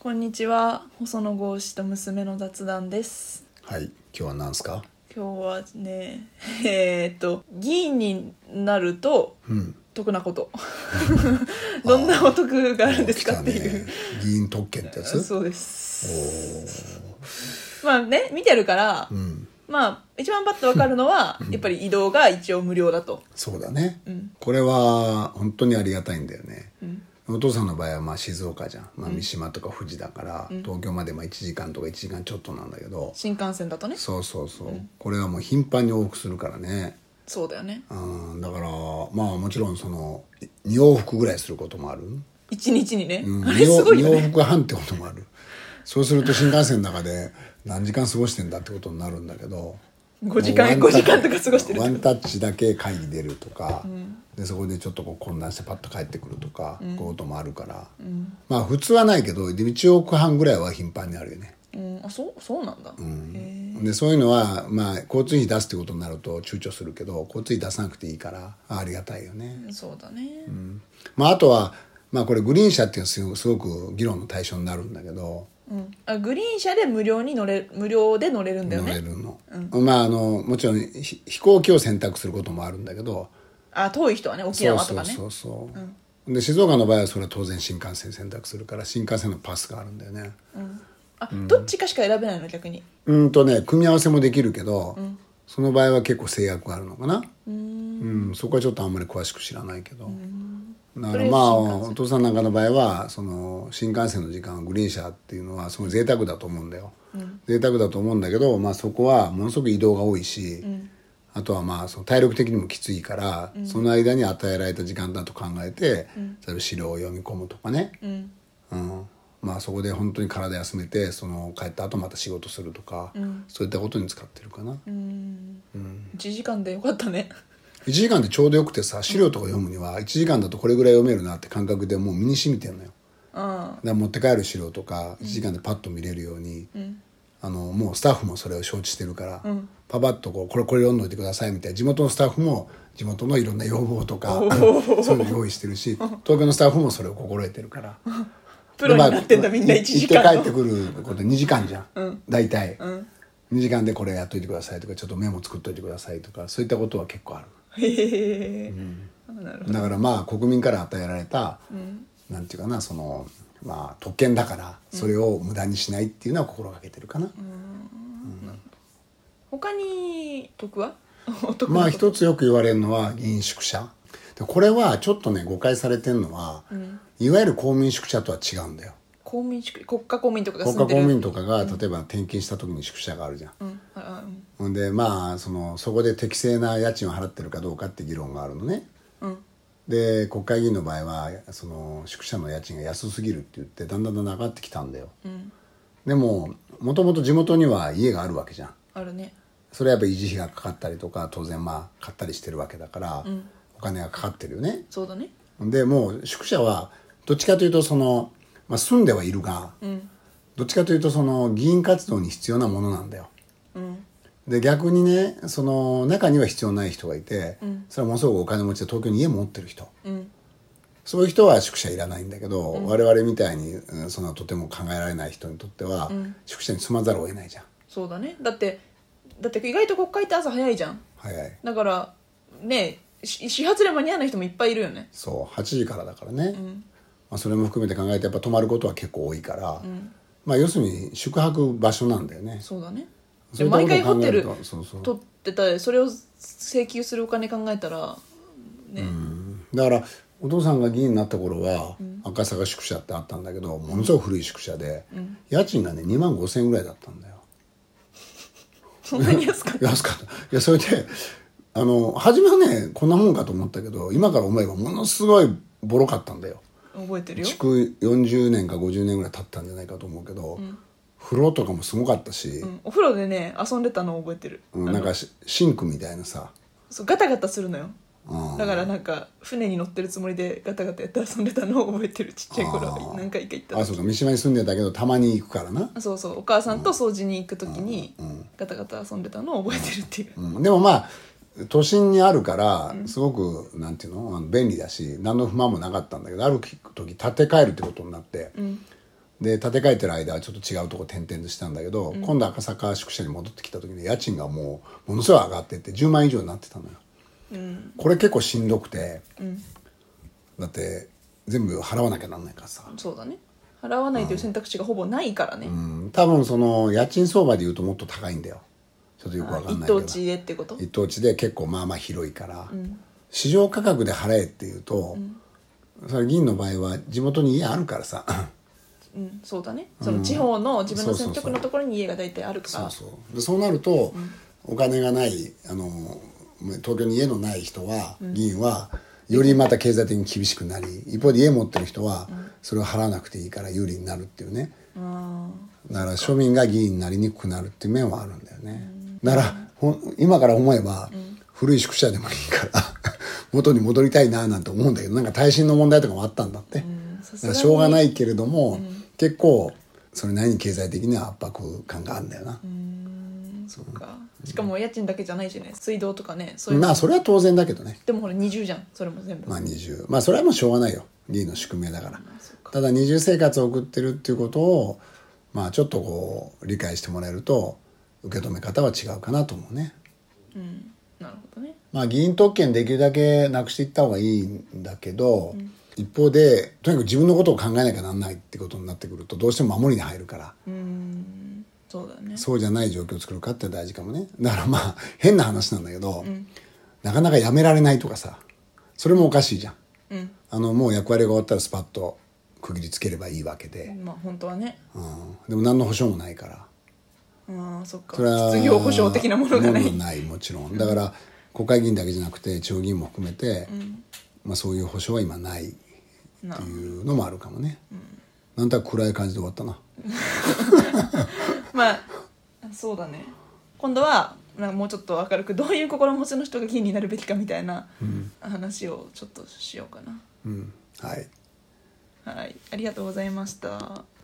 こんにちは、細野豪志と娘の雑談です。 はい、今日は何すか？ 今日はね、議員になると得なこと、どんなお得があるんですかっていう。 議員特権ってやつ？ そうです。まあね、見てるから、まあ一番パッと分かるのは、やっぱり移動が一応無料だと。 そうだね、これは本当にありがたいんだよね。お父さんの場合はまあ静岡じゃん、三島とか富士だから、東京までまあ1時間とか1時間ちょっとなんだけど、 新幹線だとね。 そう、これはもう頻繁に往復するからね。 そうだよね。 だからまあもちろんその2往復ぐらいすることもある。 1日にね、 あれすごいよね。2往復半ってこともある。そうすると新幹線の中で何時間過ごしてんだってことになるんだけど、 5時間とか過ごしてる。 ワンタッチだけ会議出るとか、でそこでちょっとこう混乱してパッと帰ってくるとか、こういうこともあるから、まあ普通はないけど1億半ぐらいは頻繁にあるよね。 そうなんだ。 でそういうのはまあ交通費出すってことになると躊躇するけど、交通費出さなくていいからありがたいよね。 そうだね。 まああとはまあこれグリーン車っていうのはすごく議論の対象になるんだけど、 グリーン車で無料で乗れるんだよね。 乗れるの、まあもちろん飛行機を選択することもあるんだけど、 遠い人はね、沖縄とかね。 そう、で静岡の場合はそれは当然新幹線選択するから、新幹線のパスがあるんだよね。 どっちかしか選べないの？逆に組み合わせもできるけど、その場合は結構制約があるのかな。そこはちょっとあんまり詳しく知らないけど、だからまあお父さんなんかの場合はその新幹線の時間グリーン車っていうのはすごい贅沢だと思うんだよ、贅沢だと思うんだけど、まあ、そこはものすごく移動が多いし、あとはまあその体力的にもきついから、その間に与えられた時間だと考えて、例えば資料を読み込むとかね、まあそこで本当に体休めてその帰った後また仕事するとか、そういったことに使ってるかな。 1時間でよかったね。 1時間でちょうどよくてさ、資料とか読むには1時間だとこれぐらい読めるなって感覚でもう身に染みてんのよ。だから持って帰る資料とか1時間でパッと見れるように、もうスタッフもそれを承知してるから、パパッとこれ読んどいてくださいみたいな、地元のスタッフも地元のいろんな要望とかそういうの用意してるし、東京のスタッフもそれを心得てるからプロになってんだ、みんな1時間の。 行って帰ってくること2時間じゃん、大体、2時間でこれやっといてくださいとか、ちょっとメモ作っといてくださいとか、そういったことは結構ある。だからまあ国民から与えられた、なんていうかな、そのまあ特権だからそれを無駄にしないっていうのは心がけてるかな。 他に得はまあ一つよく言われるのは議員宿舎で、これはちょっとね誤解されてるのは、いわゆる公民宿舎とは違うんだよ。 国家公民とかが住んでる、国家公民とかが例えば転勤した時に宿舎があるじゃん、でまあそこで適正な家賃を払ってるかどうかって議論があるのね、で国会議員の場合はその宿舎の家賃が安すぎるって言ってだんだん上がってきたんだよ、でももともと地元には家があるわけじゃん。 あるね。 それはやっぱり維持費がかかったりとか当然まあ買ったりしてるわけだから、お金がかかってるよね。 そうだね。 でもう宿舎はどっちかというとその住んではいるが、どっちかというとその議員活動に必要なものなんだよ、で逆にねその中には必要ない人がいて、それはものすごくお金持ちで東京に家持ってる人、そういう人は宿舎いらないんだけど、我々みたいに、そんなとても考えられない人にとっては、宿舎に住まざるを得ないじゃん。 そうだね。だって意外と国会って朝早いじゃん。 早い。 だからね、始発で間に合わない人もいっぱいいるよね。 そう8時からだからね、それも含めて考えてやっぱ泊まることは結構多いから、要するに宿泊場所なんだよね。 そうだね。 で毎回ホテル取ってたそれを請求するお金考えたらね、 だからお父さんが議員になった頃は、赤坂宿舎ってあったんだけど、ものすごく古い宿舎で、家賃がね2万5千円ぐらいだったんだよ。 そんなに安かった？ 安かった。いやそれで初めはねこんなもんかと思ったけど、今から思えばものすごいボロかったんだよ。 覚えてるよ。 築40年か50年ぐらい経ったんじゃないかと思うけど、風呂とかもすごかったし、 お風呂でね遊んでたのを覚えてる、 なんかシンクみたいなさ、 そうガタガタするのよ、だからなんか船に乗ってるつもりでガタガタやって遊んでたのを覚えてる。ちっちゃい頃何回か行った時。 そうか、三島に住んでたけどたまに行くからな。 そうお母さんと掃除に行く時にガタガタ遊んでたのを覚えてるっていう、 でもまあ都心にあるからすごく、なんていうの便利だし何の不満もなかったんだけど、ある時建て替えるってことになって、 で建て替えてる間はちょっと違うとこ転々としたんだけど、今度赤坂宿舎に戻ってきた時に家賃がものすごい上がってって10万以上になってたのよ、これ結構しんどくて、だって全部払わなきゃなんないからさ。 そうだね、払わないという選択肢がほぼないからね。 多分その家賃相場でいうともっと高いんだよ。ちょっとよくわかんないけど、 一等地でってこと？ 一等地で結構まあまあ広いから、市場価格で払えっていうと、それ議員の場合は地元に家あるからさそうだね、その地方の自分の選挙区のところに家が大体あるから、 そうなると、お金がない東京に家のない人は、議員はよりまた経済的に厳しくなり、一方で家持ってる人はそれを払わなくていいから有利になるっていうね、だから庶民が議員になりにくくなるっていう面はあるんだよね。だから今から思えば、古い宿舎でもいいから元に戻りたいななんて思うんだけど、なんか耐震の問題とかもあったんだって、だからしょうがないけれども、結構それなりに経済的には圧迫感があるんだよな。 そうか。しかも家賃だけじゃないしね、水道とかね、そういうまあそれは当然だけどね。 でもほら二重じゃん、それも全部。 まあ二重、まあそれはもうしょうがないよ、議員の宿命だから。ただ二重生活を送ってるっていうことをまあちょっとこう理解してもらえると受け止め方は違うかなと思うね。 なるほどね。 まあ議員特権できるだけなくしていった方がいいんだけど、一方でとにかく自分のことを考えなきゃなんないってことになってくるとどうしても守りに入るから、 そうだね。 そうじゃない状況を作るかって大事かもね。だからまあ変な話なんだけど、なかなかやめられないとかさ、それもおかしいじゃん、もう役割が終わったらスパッと区切りつければいいわけで、 まあ本当はね、 でも何の保証もないから、 そっか、 それは失業保障的なものがない。 もちろんだから国会議員だけじゃなくて地方議員も含めて、まあ、そういう保証は今ないっていうのもあるかもね。なんとなく暗い感じで終わったなまあそうだね、今度はなんかもうちょっと明るくどういう心持ちの人が議員になるべきかみたいな話をちょっとしようかな。 はい、 はい、ありがとうございました。